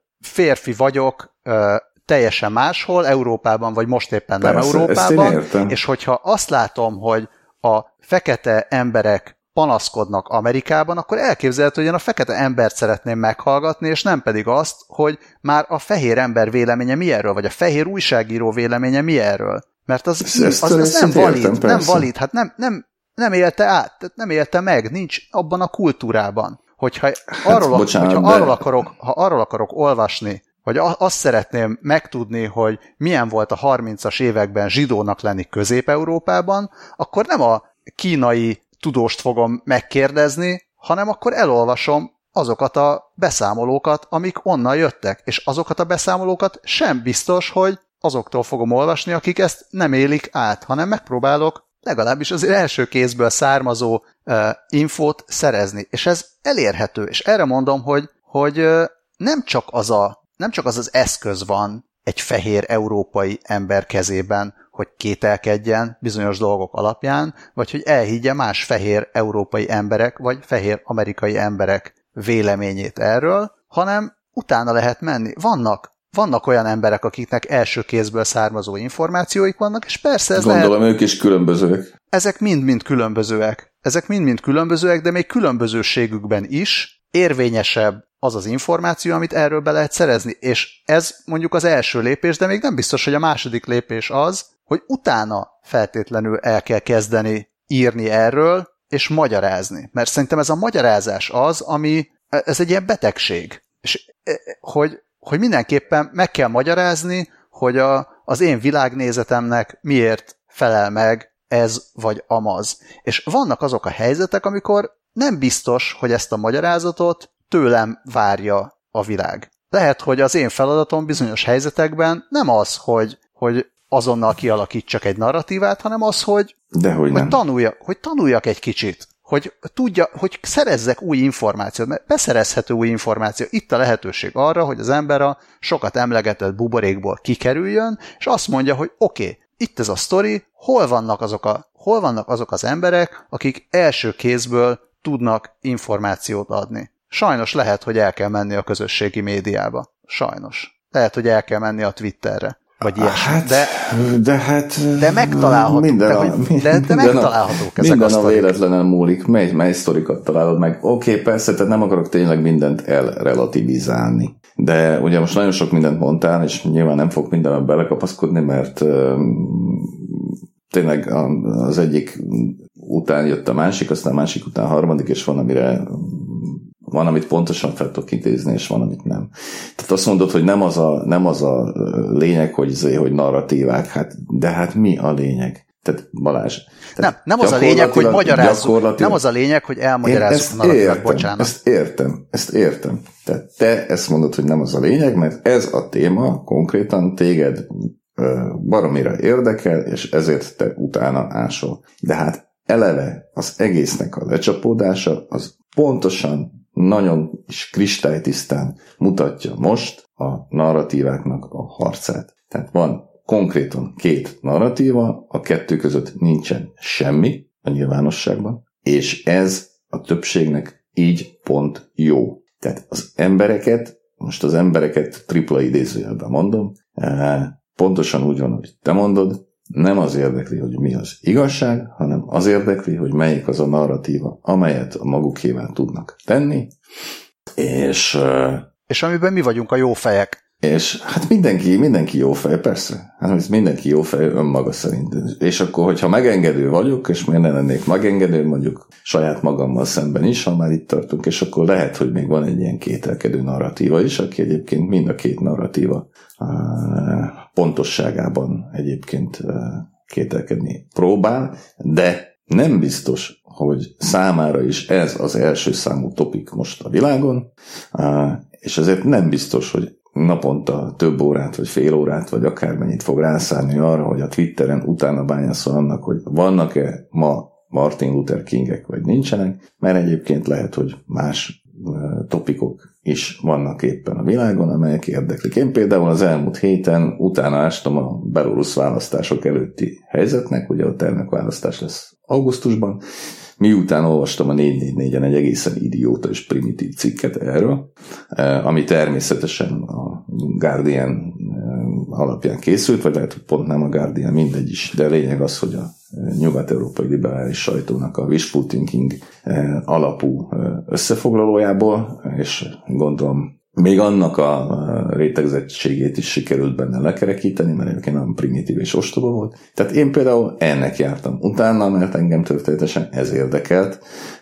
férfi vagyok teljesen máshol, Európában, vagy most éppen nem
persze,
Európában, és hogyha azt látom, hogy a fekete emberek panaszkodnak Amerikában, akkor elképzelhető, hogy én a fekete embert szeretném meghallgatni, és nem pedig azt, hogy már a fehér ember véleménye mi erről, vagy a fehér újságíró véleménye mi erről. Mert az, az, az, az nem valid, értem, nem valid, hát nem, nem, nem élte át, nem élte meg, nincs abban a kultúrában. Hogyha
hát,
arról,
bocsánat,
hogyha
de...
arról, akarok, ha arról akarok olvasni, vagy azt szeretném megtudni, hogy milyen volt a harmincas években zsidónak lenni Közép-Európában, akkor nem a kínai tudóst fogom megkérdezni, hanem akkor elolvasom azokat a beszámolókat, amik onnan jöttek, és azokat a beszámolókat sem biztos, hogy azoktól fogom olvasni, akik ezt nem élik át, hanem megpróbálok legalábbis az első kézből származó uh, infót szerezni. És ez elérhető, és erre mondom, hogy, hogy uh, nem csak az a, nem csak az az eszköz van egy fehér európai ember kezében, hogy kételkedjen bizonyos dolgok alapján, vagy hogy elhiggye más fehér európai emberek, vagy fehér amerikai emberek véleményét erről, hanem utána lehet menni. Vannak, vannak olyan emberek, akiknek első kézből származó információik vannak, és persze ez
Gondolom,
lehet,
ők is különbözőek.
Ezek mind-mind különbözőek. Ezek mind-mind különbözőek, de még különbözőségükben is érvényesebb az az információ, amit erről be lehet szerezni. És ez mondjuk az első lépés, de még nem biztos, hogy a második lépés az, hogy utána feltétlenül el kell kezdeni írni erről, és magyarázni. Mert szerintem ez a magyarázás az, ami, ez egy ilyen betegség. És hogy, hogy mindenképpen meg kell magyarázni, hogy a, az én világnézetemnek miért felel meg ez vagy amaz. És vannak azok a helyzetek, amikor nem biztos, hogy ezt a magyarázatot tőlem várja a világ. Lehet, hogy az én feladatom bizonyos helyzetekben nem az, hogy, hogy azonnal kialakítsak egy narratívát, hanem az, hogy, hogy, tanuljak, hogy tanuljak egy kicsit. Hogy tudja, hogy szerezzek új információt, mert beszerezhető új információ. Itt a lehetőség arra, hogy az ember a sokat emlegetett buborékból kikerüljön, és azt mondja, hogy oké, okay, itt ez a sztori, hol vannak azok, a, hol vannak azok az emberek, akik első kézből tudnak információt adni. Sajnos lehet, hogy el kell menni a közösségi médiába. Sajnos. Lehet, hogy el kell menni a Twitterre. Vagy ilyesmi.
Hát,
de,
de hát...
De megtalálhatók.
Minden
de,
a,
hogy, de, de megtalálhatók
a,
ezek
minden
a
a véletlenül múlik. Mely, mely sztorikat találod meg? Oké, okay, persze, tehát nem akarok tényleg mindent elrelativizálni. De ugye most nagyon sok mindent mondtál, és nyilván nem fog mindenben belekapaszkodni, mert uh, tényleg az egyik után jött a másik, aztán a másik után a harmadik, és van, amire van, amit pontosan fel tudok intézni, és van, amit nem. Tehát azt mondod, hogy nem az a, nem az a lényeg, hogy, zé, hogy narratívák, hát, de hát mi a lényeg? Tehát Balázs.
Tehát nem, nem az a lényeg, hogy magyarázzuk, nem az a lényeg, hogy elmagyarázzuk a narratívát, bocsánat.
Ezt értem, ezt értem. Tehát te ezt mondod, hogy nem az a lényeg, mert ez a téma konkrétan téged baromira érdekel, és ezért te utána ásol. De hát eleve az egésznek a lecsapódása az pontosan, nagyon is kristálytisztán mutatja most a narratíváknak a harcát. Tehát van konkrétan két narratíva, a kettő között nincsen semmi a nyilvánosságban, és ez a többségnek így pont jó. Tehát az embereket, most az embereket tripla idézőjelben mondom, pontosan úgy van, hogy te mondod, nem az érdekli, hogy mi az igazság, hanem az érdekli, hogy melyik az a narratíva, amelyet a magukévá tudnak tenni, és...
És amiben mi vagyunk a jó fejek.
És hát mindenki, mindenki jó fej, persze. Hát mindenki jó fej önmaga szerint. És akkor, hogyha megengedő vagyok, és miért ne lennék megengedő, mondjuk saját magammal szemben is, ha már itt tartunk, és akkor lehet, hogy még van egy ilyen kételkedő narratíva is, aki egyébként mind a két narratíva pontosságában egyébként kételkedni próbál, de nem biztos, hogy számára is ez az első számú topik most a világon, és ezért nem biztos, hogy naponta több órát, vagy fél órát, vagy akármennyit fog rászállni arra, hogy a Twitteren utána bányászol annak, hogy vannak-e ma Martin Luther Kingek, vagy nincsenek, mert egyébként lehet, hogy más topikok is vannak éppen a világon, amelyek érdeklik. Én például az elmúlt héten utána ástam a belorusz választások előtti helyzetnek, ugye ott elnökválasztás lesz augusztusban, miután olvastam a négy négy négyen egy egészen idióta és primitív cikket erről, ami természetesen a Guardian alapján készült, vagy lehet, hogy pont nem a Guardian, mindegy is, de lényeg az, hogy a nyugat-európai liberális sajtónak a wishful thinking alapú összefoglalójából, és gondolom még annak a rétegzettségét is sikerült benne lekerekíteni, mert egyébként nagyon primitív és ostoba volt. Tehát én például ennek jártam utána, mert engem történetesen ez érdekelt,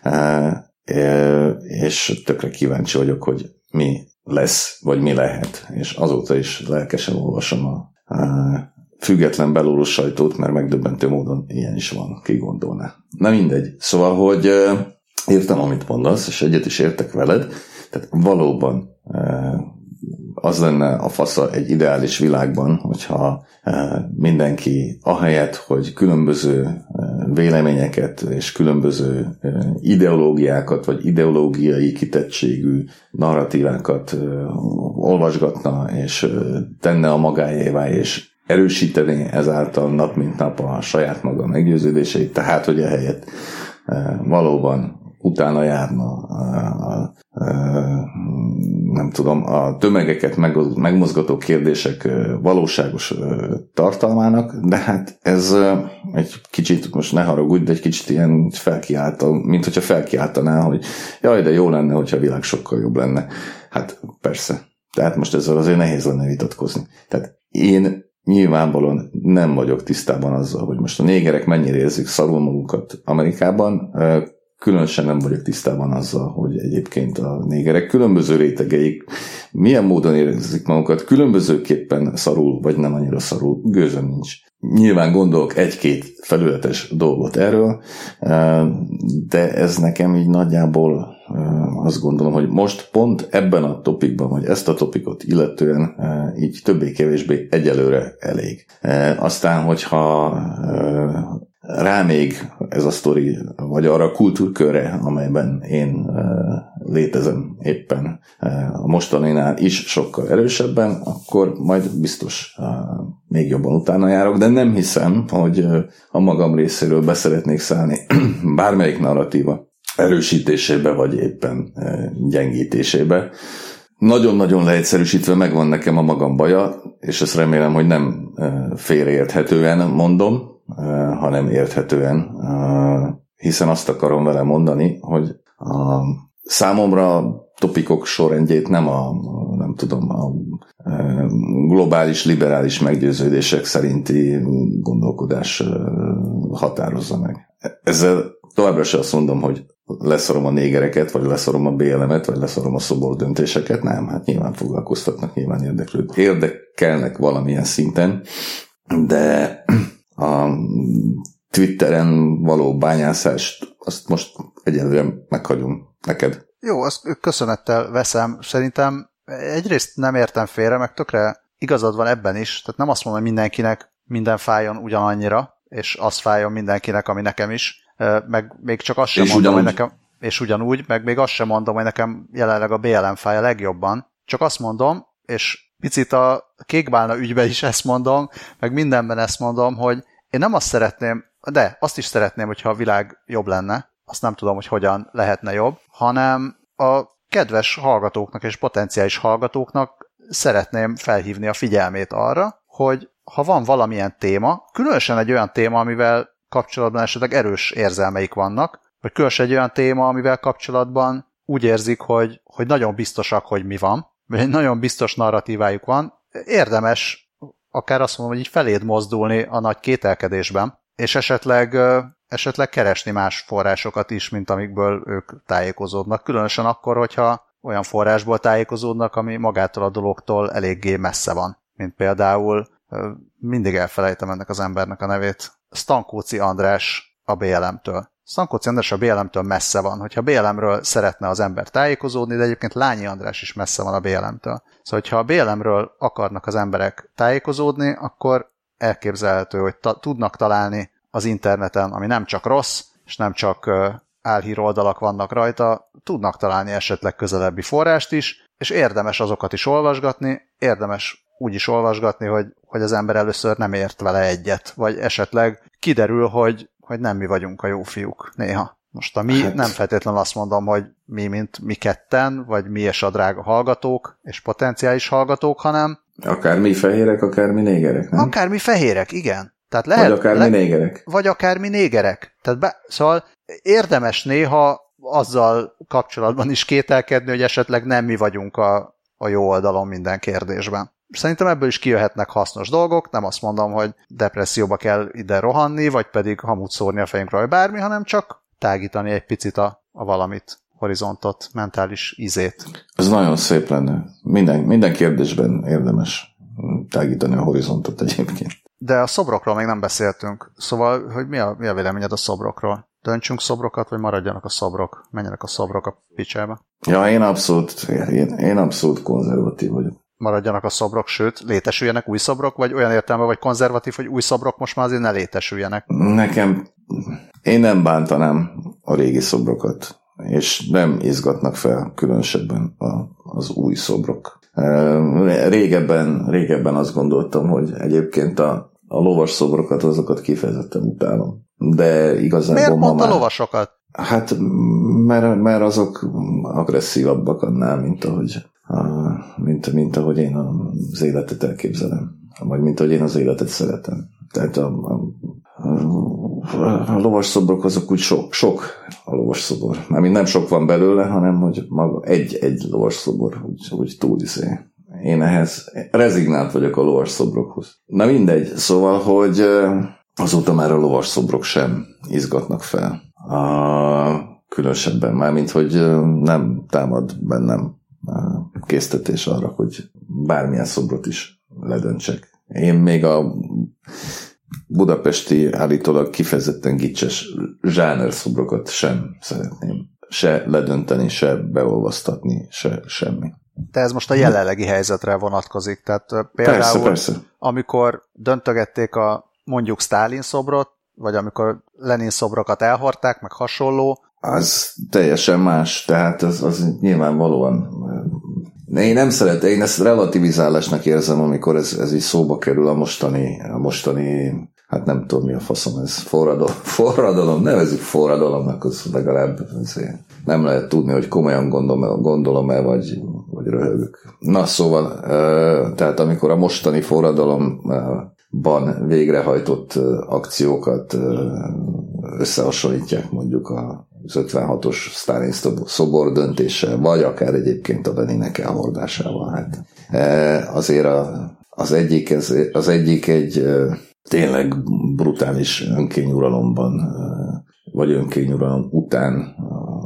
és tökre kíváncsi vagyok, hogy mi lesz, vagy mi lehet. És azóta is lelkesen olvasom a független belorusz sajtót, mert megdöbbentő módon ilyen is van, ki gondolná. Na mindegy. Szóval, hogy értem, amit mondasz, és egyet is értek veled, tehát valóban az lenne a fasza egy ideális világban, hogyha mindenki ahelyett, hogy különböző véleményeket és különböző ideológiákat, vagy ideológiai kitettségű narratívákat olvasgatna, és tenne a magáévá, és erősíteni ezáltal nap mint nap a saját maga meggyőződéseit, tehát hogy ehelyett valóban utána járna a, a, a, nem tudom, a tömegeket megmozgató kérdések valóságos tartalmának, de hát ez egy kicsit, most ne haragudj, de egy kicsit ilyen felkiáltal, mint hogyha felkiáltaná, hogy jaj, de jó lenne, hogyha a világ sokkal jobb lenne. Hát persze. Tehát most ezzel azért nehéz lenne vitatkozni. Tehát én nyilvánvalóan nem vagyok tisztában azzal, hogy most a négerek mennyire érzik szarul magukat Amerikában, különösen nem vagyok tisztában azzal, hogy egyébként a négerek különböző rétegeik milyen módon érzik magukat, különbözőképpen szarul, vagy nem annyira szarul, gőzöm nincs. Nyilván gondolok egy-két felületes dolgot erről, de ez nekem így nagyjából azt gondolom, hogy most pont ebben a topikban, vagy ezt a topikot illetően így többé-kevésbé egyelőre elég. Aztán, hogyha rá még ez a sztori, vagy arra a kultúrkörre, amelyben én létezem éppen a mostaninál is sokkal erősebben, akkor majd biztos még jobban utána járok, de nem hiszem, hogy a magam részéről beszeretnék szállni bármelyik narratíva erősítésébe, vagy éppen gyengítésébe. Nagyon-nagyon leegyszerűsítve megvan nekem a magam baja, és ezt remélem, hogy nem félreérthetően mondom, hanem érthetően, hiszen azt akarom vele mondani, hogy a számomra topikok sorrendjét nem a, nem tudom, a globális, liberális meggyőződések szerinti gondolkodás határozza meg. Ezzel továbbra sem azt mondom, hogy leszorom a négereket, vagy leszorom a bé el em-et, vagy leszorom a szobor döntéseket. Nem, hát nyilván foglalkoztatnak, nyilván érdeklőd. Érdekelnek valamilyen szinten, de a Twitteren való bányászást azt most egyelőre meghagyom neked.
Jó, azt köszönettel veszem. Szerintem egyrészt nem értem félre, meg tökre igazad van ebben is. Tehát nem azt mondom, hogy mindenkinek minden fájjon ugyanannyira, és az fájjon mindenkinek, ami nekem is. Meg még csak azt sem és mondom, ugyanúgy. hogy nekem, és ugyanúgy, meg még azt sem mondom, hogy nekem jelenleg a bé el em fáj a legjobban. Csak azt mondom, és picit a kékbálna ügyben is ezt mondom, meg mindenben ezt mondom, hogy én nem azt szeretném, de azt is szeretném, hogyha a világ jobb lenne, azt nem tudom, hogy hogyan lehetne jobb, hanem a kedves hallgatóknak és potenciális hallgatóknak szeretném felhívni a figyelmét arra, hogy ha van valamilyen téma, különösen egy olyan téma, amivel kapcsolatban esetleg erős érzelmeik vannak, vagy különösen egy olyan téma, amivel kapcsolatban úgy érzik, hogy, hogy nagyon biztosak, hogy mi van, vagy egy nagyon biztos narratívájuk van, érdemes akár azt mondom, hogy így feléd mozdulni a nagy kételkedésben, és esetleg, esetleg keresni más forrásokat is, mint amikből ők tájékozódnak. Különösen akkor, hogyha olyan forrásból tájékozódnak, ami magától a dologtól eléggé messze van. Mint például, mindig elfelejtem ennek az embernek a nevét, Stankóci András a bé el em-től. Stankóci András a bé el em-től messze van. Hogyha bé el em-ről szeretne az ember tájékozódni, de egyébként Lányi András is messze van a bé el em-től. Szóval, hogyha a bé el em-ről akarnak az emberek tájékozódni, akkor elképzelhető, hogy ta- tudnak találni az interneten, ami nem csak rossz, és nem csak uh, álhíroldalak vannak rajta, tudnak találni esetleg közelebbi forrást is, és érdemes azokat is olvasgatni, érdemes úgy is olvasgatni, hogy, hogy az ember először nem ért vele egyet, vagy esetleg kiderül, hogy, hogy nem mi vagyunk a jó fiúk néha. Most a mi hát. Nem feltétlenül azt mondom, hogy mi, mint mi ketten, vagy mi és a drága hallgatók, és potenciális hallgatók, hanem
akár mi fehérek, akár mi négerek, nem?
Akár mi fehérek, igen. Tehát lehet,
vagy akár mi le... négerek.
Vagy akár mi négerek. Tehát be... Szóval érdemes néha azzal kapcsolatban is kételkedni, hogy esetleg nem mi vagyunk a, a jó oldalon minden kérdésben. Szerintem ebből is kijöhetnek hasznos dolgok, nem azt mondom, hogy depresszióba kell ide rohanni, vagy pedig hamut szórni a fejünkre, vagy bármi, hanem csak tágítani egy picit a, a valamit, horizontot, mentális ízét.
Ez nagyon szép lenne. Minden, minden kérdésben érdemes tágítani a horizontot egyébként.
De a szobrokról még nem beszéltünk. Szóval, hogy mi a, mi a véleményed a szobrokról? Döntsünk szobrokat, vagy maradjanak a szobrok? Menjenek a szobrok a picsába?
Ja, én abszolút, én, én abszolút konzervatív vagyok.
Maradjanak a szobrok, sőt, létesüljenek új szobrok, vagy olyan értelme vagy konzervatív, hogy új szobrok most már azért ne létesüljenek?
Nekem, én nem bántanám a régi szobrokat, és nem izgatnak fel különösebben a, az új szobrok. Régebben, régebben azt gondoltam, hogy egyébként a, a lovas szobrokat, azokat kifejezetten utálom. De igazából
miért
ma
pont
már...
a lovasokat?
Hát, mert, mert azok agresszívabbak annál, mint ahogy, mint, mint ahogy én az életet elképzelem. Vagy mint ahogy én az életet szeretem. Tehát a, a, a, a lovas szobrok azok úgy sok, sok a lovas szobor. Mármint nem sok van belőle, hanem hogy maga egy-egy lovas szobor úgy, úgy túl izé. Én ehhez rezignált vagyok a lovas szobrokhoz. Na mindegy, szóval, hogy azóta már a lovas szobrok sem izgatnak fel. A különösebben, mármint, hogy nem támad bennem késztetés arra, hogy bármilyen szobrot is ledöntsek. Én még a budapesti állítólag kifejezetten gicses zsánerszobrokat sem szeretném se ledönteni, se beolvasztatni, se semmi.
De ez most a jelenlegi helyzetre vonatkozik. Tehát például,
persze, persze.
amikor döntögették a mondjuk Sztálin szobrot, vagy amikor Lenin szobrokat elhordták, meg hasonló.
Az teljesen más, tehát az, az nyilvánvalóan... Én nem szeretem, én ezt relativizálásnak érzem, amikor ez, ez így szóba kerül a mostani, a mostani, hát nem tudom mi a faszom ez, forradalom, forradalom nevezzük forradalomnak, az legalább azért nem lehet tudni, hogy komolyan gondolom-e, gondolom-e vagy, vagy röhögök. Na szóval, tehát amikor a mostani forradalomban végrehajtott akciókat összehasonlítják mondjuk az ötvenhatos Sztálin szobor döntéssel, vagy akár egyébként a Leninek elhordásával. Hát azért a, az, egyik, ez, az egyik egy tényleg brutális önkényuralomban, vagy önkényuralom után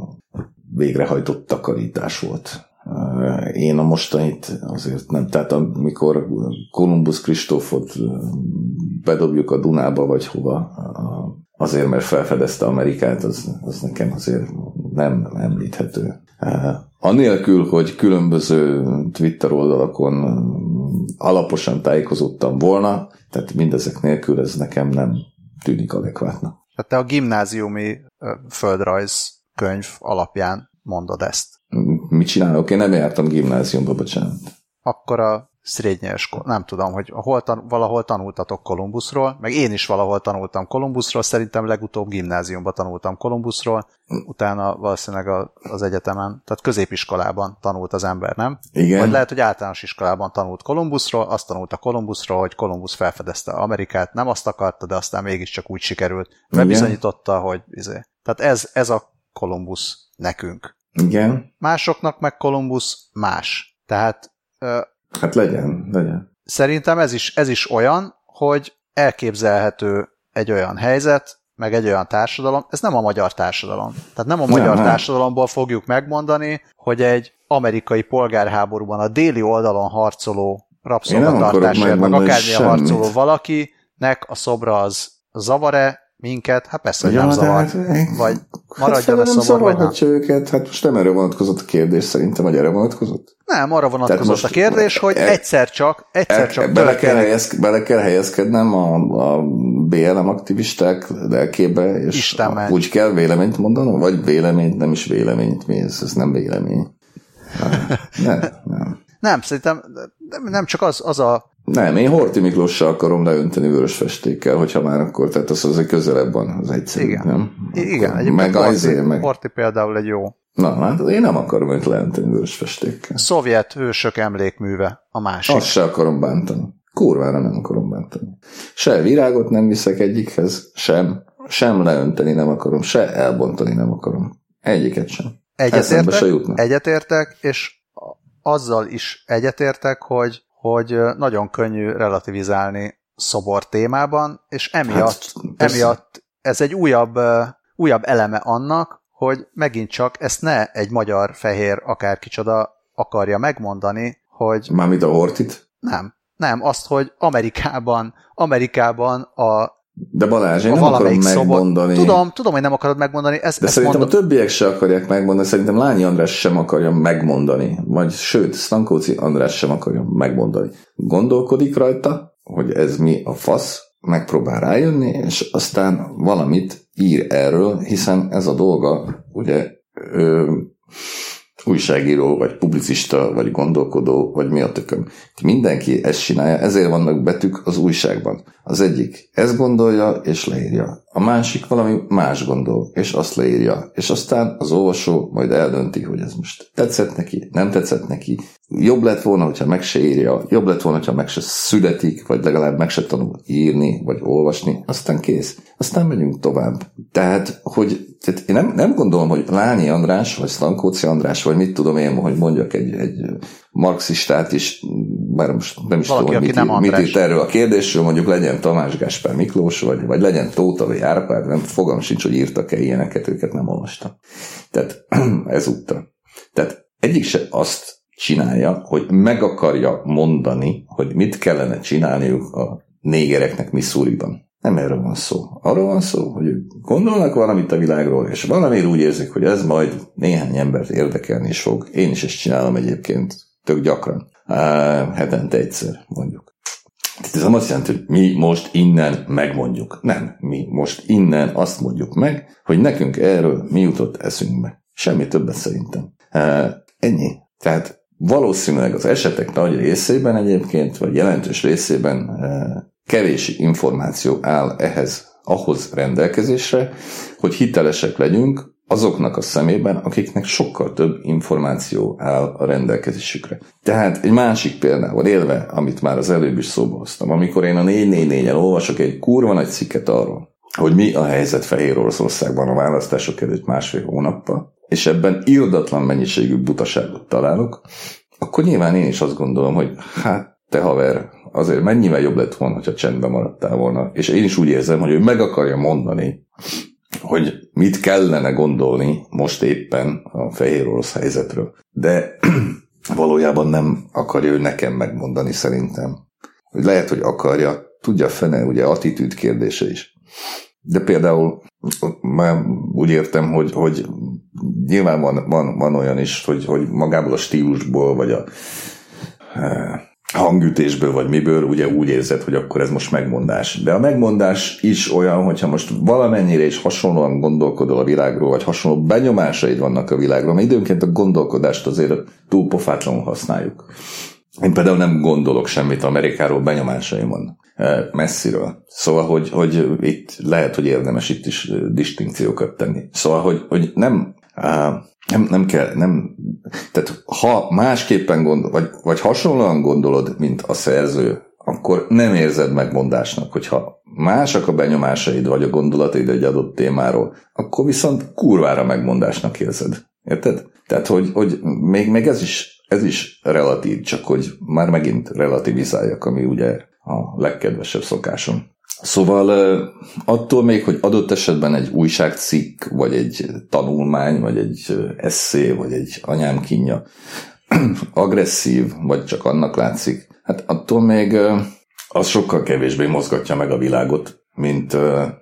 végrehajtott takarítás volt. Én a mostanit azért nem, tehát amikor Kolumbusz Kristófot bedobjuk a Dunába, vagy hova, azért, mert felfedezte Amerikát, az, az nekem azért nem említhető. Anélkül, hogy különböző Twitter oldalakon alaposan tájékozottam volna, tehát mindezek nélkül ez nekem nem tűnik adekvátnak.
Tehát te a gimnáziumi földrajz könyv alapján mondod ezt.
Mit csinálok? Én nem jártam gimnáziumba, bocsánat.
Akkor a Srednyes, nem tudom, hogy hol tan- valahol tanultatok Kolumbuszról, meg én is valahol tanultam Kolumbuszról, szerintem legutóbb gimnáziumban tanultam Kolumbuszról, utána valószínűleg a, az egyetemen, tehát középiskolában tanult az ember, nem?
Igen.
Vagy lehet, hogy általános iskolában tanult Kolumbuszról, azt tanulta Kolumbuszról, hogy Kolumbusz felfedezte Amerikát, nem azt akarta, de aztán mégiscsak úgy sikerült. Bebizonyította, hogy izé. Tehát ez, ez a Kolumbusz nekünk.
Igen.
Másoknak meg Kolumbusz más. Tehát ö,
hát legyen, legyen.
Szerintem ez is, ez is olyan, hogy elképzelhető egy olyan helyzet, meg egy olyan társadalom, ez nem a magyar társadalom. Tehát nem a magyar nem, társadalomból fogjuk megmondani, hogy egy amerikai polgárháborúban a déli oldalon harcoló rabszolgatartásért, meg akármilyen harcoló valakinek a szobra az zavar-e minket, hát persze, hogy ja, nem zavar. Hát, vagy maradjon
hát
a szobor, vagy nem.
Őket, hát most nem erre vonatkozott a kérdés, szerintem, vagy erre vonatkozott?
Nem, arra vonatkozott a kérdés, hogy e, egyszer csak, egyszer e, csak
bele, kell helyez, bele kell helyezkednem a, a bé el em aktivisták lelkébe, és a, úgy kell véleményt mondanom, vagy véleményt, nem is véleményt, mi ez, ez nem vélemény. Nem, nem.
Nem, szerintem nem csak az, az a...
Nem, én Horthy Miklóssal akarom leönteni vörös festékkel, hogyha már akkor, tehát az azért közelebb van, az egyszerű,
igen.
nem?
Igen, egyébként
meg
Horthy,
meg...
Horthy például egy jó.
Na, hát én nem akarom őt leönteni vörös festékkel.
Szovjet hősök emlékműve a másik.
Azt se akarom bántani. Kurvára nem akarom bántani. Se virágot nem viszek egyikhez, sem, sem leönteni nem akarom, se elbontani nem akarom. Egyiket sem.
Egyetértek, egyetértek, és azzal is egyetértek, hogy, hogy nagyon könnyű relativizálni szobor témában, és emiatt, hát, emiatt ez egy újabb, újabb eleme annak, hogy megint csak ezt ne egy magyar fehér akárkicsoda akarja megmondani, hogy...
Mármint a Horthyt?
Nem, nem, azt, hogy Amerikában, Amerikában a
De Balázs, én nem akarom megmondani.
Szobor... Tudom, tudom, hogy nem akarod megmondani. Ezt,
De
ezt
szerintem
mondom...
a többiek se akarják megmondani, szerintem Lányi András sem akarja megmondani, vagy sőt, Stankóci András sem akarja megmondani. Gondolkodik rajta, hogy ez mi a fasz, megpróbál rájönni, és aztán valamit ír erről, hiszen ez a dolga, ugye, ö, újságíró, vagy publicista, vagy gondolkodó, vagy mi a tököm. Mindenki ezt csinálja, ezért vannak betűk az újságban. Az egyik ezt gondolja, és leírja. A másik valami más gondol, és azt leírja. És aztán az olvasó majd eldönti, hogy ez most tetszett neki, nem tetszett neki. Jobb lett volna, hogyha meg se írja, jobb lett volna, hogyha meg se születik, vagy legalább meg se tanul írni, vagy olvasni, aztán kész. Aztán megyünk tovább. Tehát, hogy tehát én nem, nem gondolom, hogy Lányi András, vagy Stankóci András, vagy mit tudom én, hogy mondjak egy, egy marxistát is bár most nem is
valaki,
tudom, hogy mit, mit írt erről a kérdésről, mondjuk legyen Tamás Gáspár Miklós, vagy, vagy legyen Tóth vagy Árpád, nem fogam sincs, hogy írtak-e ilyeneket, őket nem olvastam. Tehát ezúttal. Tehát egyik se azt csinálja, hogy meg akarja mondani, hogy mit kellene csinálniuk a négereknek Missouriban. Nem erről van szó. Arról van szó, hogy ők gondolnak valamit a világról, és valamiért úgy érzik, hogy ez majd néhány embert érdekelni is fog. Én is ezt csinálom egyébként tök gyakran. Á, hetente egyszer, mondjuk. Tehát ez nem azt jelenti, hogy mi most innen megmondjuk. Nem, mi most innen azt mondjuk meg, hogy nekünk erről mi jutott eszünkbe. Semmi többet szerintem. Á, ennyi. Tehát valószínűleg az esetek nagy részében egyébként, vagy jelentős részében kevés információ áll ehhez, ahhoz rendelkezésre, hogy hitelesek legyünk azoknak a szemében, akiknek sokkal több információ áll a rendelkezésükre. Tehát egy másik példával élve, amit már az előbb is szóba hoztam, amikor én a négy négy négyen olvasok egy kurva nagy cikket arról, hogy mi a helyzet Fehér Oroszországban a választások előtt másfél hónappal, és ebben irdatlan mennyiségű butaságot találok, akkor nyilván én is azt gondolom, hogy hát te haver, azért mennyivel jobb lett volna, hogyha csendben maradtál volna. És én is úgy érzem, hogy ő meg akarja mondani, hogy mit kellene gondolni most éppen a fehér orosz helyzetről. De valójában nem akarja ő nekem megmondani szerintem. Hogy lehet, hogy akarja, tudja fene, ugye attitűd kérdése is. De például már úgy értem, hogy, hogy nyilván van, van, van olyan is, hogy, hogy magából a stílusból, vagy a hangütésből, vagy miből, ugye úgy érzed, hogy akkor ez most megmondás. De a megmondás is olyan, hogyha most valamennyire is hasonlóan gondolkodol a világról, vagy hasonló benyomásaid vannak a világról, mert időnként a gondolkodást azért túl pofátlanul használjuk. Én például nem gondolok semmit Amerikáról, benyomásaim van messziről. Szóval, hogy, hogy itt lehet, hogy érdemes itt is distinkciókat tenni. Szóval, hogy, hogy nem... Nem, nem kell, nem, tehát ha másképpen gondol, vagy, vagy hasonlóan gondolod, mint a szerző, akkor nem érzed megmondásnak, hogyha másak a benyomásaid, vagy a gondolataid egy adott témáról, akkor viszont kurvára megmondásnak érzed. Érted? Tehát, hogy, hogy még, még ez is, ez is relatív, csak hogy már megint relativizáljak, ami ugye a legkedvesebb szokásom. Szóval attól még, hogy adott esetben egy újságcikk, vagy egy tanulmány, vagy egy esszé, vagy egy anyám kínja agresszív, vagy csak annak látszik, hát attól még az sokkal kevésbé mozgatja meg a világot, mint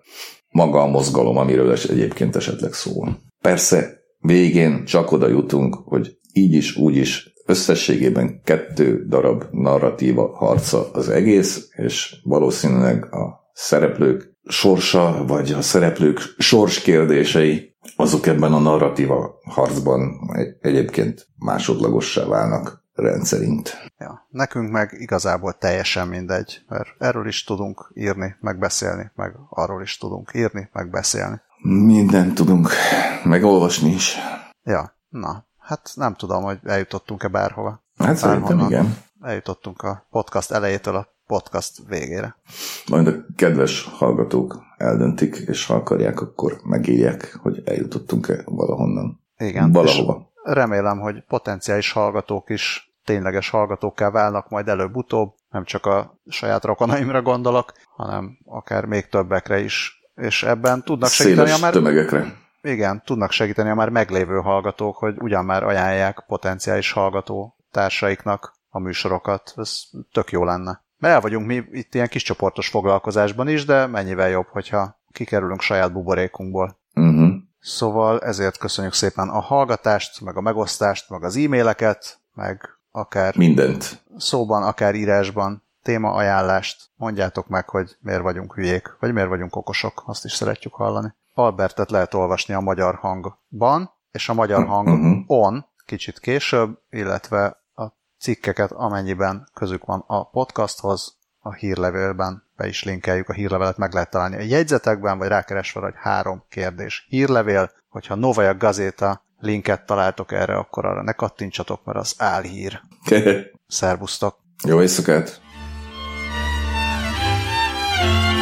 maga a mozgalom, amiről egyébként esetleg szól. Persze végén csak oda jutunk, hogy így is, úgy is összességében kettő darab narratíva harca az egész, és valószínűleg a szereplők sorsa, vagy a szereplők sorskérdései, azok ebben a narratíva harcban egyébként másodlagossá válnak rendszerint.
Ja, nekünk meg igazából teljesen mindegy, mert erről is tudunk írni, meg beszélni, meg arról is tudunk írni, meg beszélni.
Mindent tudunk, meg olvasni is.
Ja, na, hát nem tudom, hogy eljutottunk-e bárhova.
Hát szerintem igen.
Eljutottunk a podcast elejétől a podcast végére.
Majd a kedves hallgatók eldöntik, és ha akarják, akkor megírják, hogy eljutottunk-e valahonnan.
Igen,
valahova.
Remélem, hogy potenciális hallgatók is tényleges hallgatókká válnak majd előbb-utóbb, nem csak a saját rokonaimra gondolok, hanem akár még többekre is. És ebben tudnak segíteni a már...
tömegekre.
Igen, tudnak segíteni a már meglévő hallgatók, hogy ugyan már ajánlják potenciális hallgató társaiknak a műsorokat. Ez tök jó lenne. Mert el vagyunk mi itt ilyen kis csoportos foglalkozásban is, de mennyivel jobb, hogyha kikerülünk saját buborékunkból.
Uh-huh.
Szóval ezért köszönjük szépen a hallgatást, meg a megosztást, meg az e-maileket, meg akár
mindent.
Szóban, akár írásban, témaajánlást. Mondjátok meg, hogy miért vagyunk hülyék, vagy miért vagyunk okosok, azt is szeretjük hallani. Albertet lehet olvasni a Magyar Hangban, és a Magyar Hangon uh-huh. kicsit később, illetve cikkeket, amennyiben közük van a podcasthoz, a hírlevélben be is linkeljük, a hírlevelet meg lehet találni a jegyzetekben, vagy rákeresve, hogy három kérdés hírlevél, hogyha Novaja Gazeta linket találtok erre, akkor arra ne kattintsatok, mert az álhír. Szervusztok!
Jó éjszakát!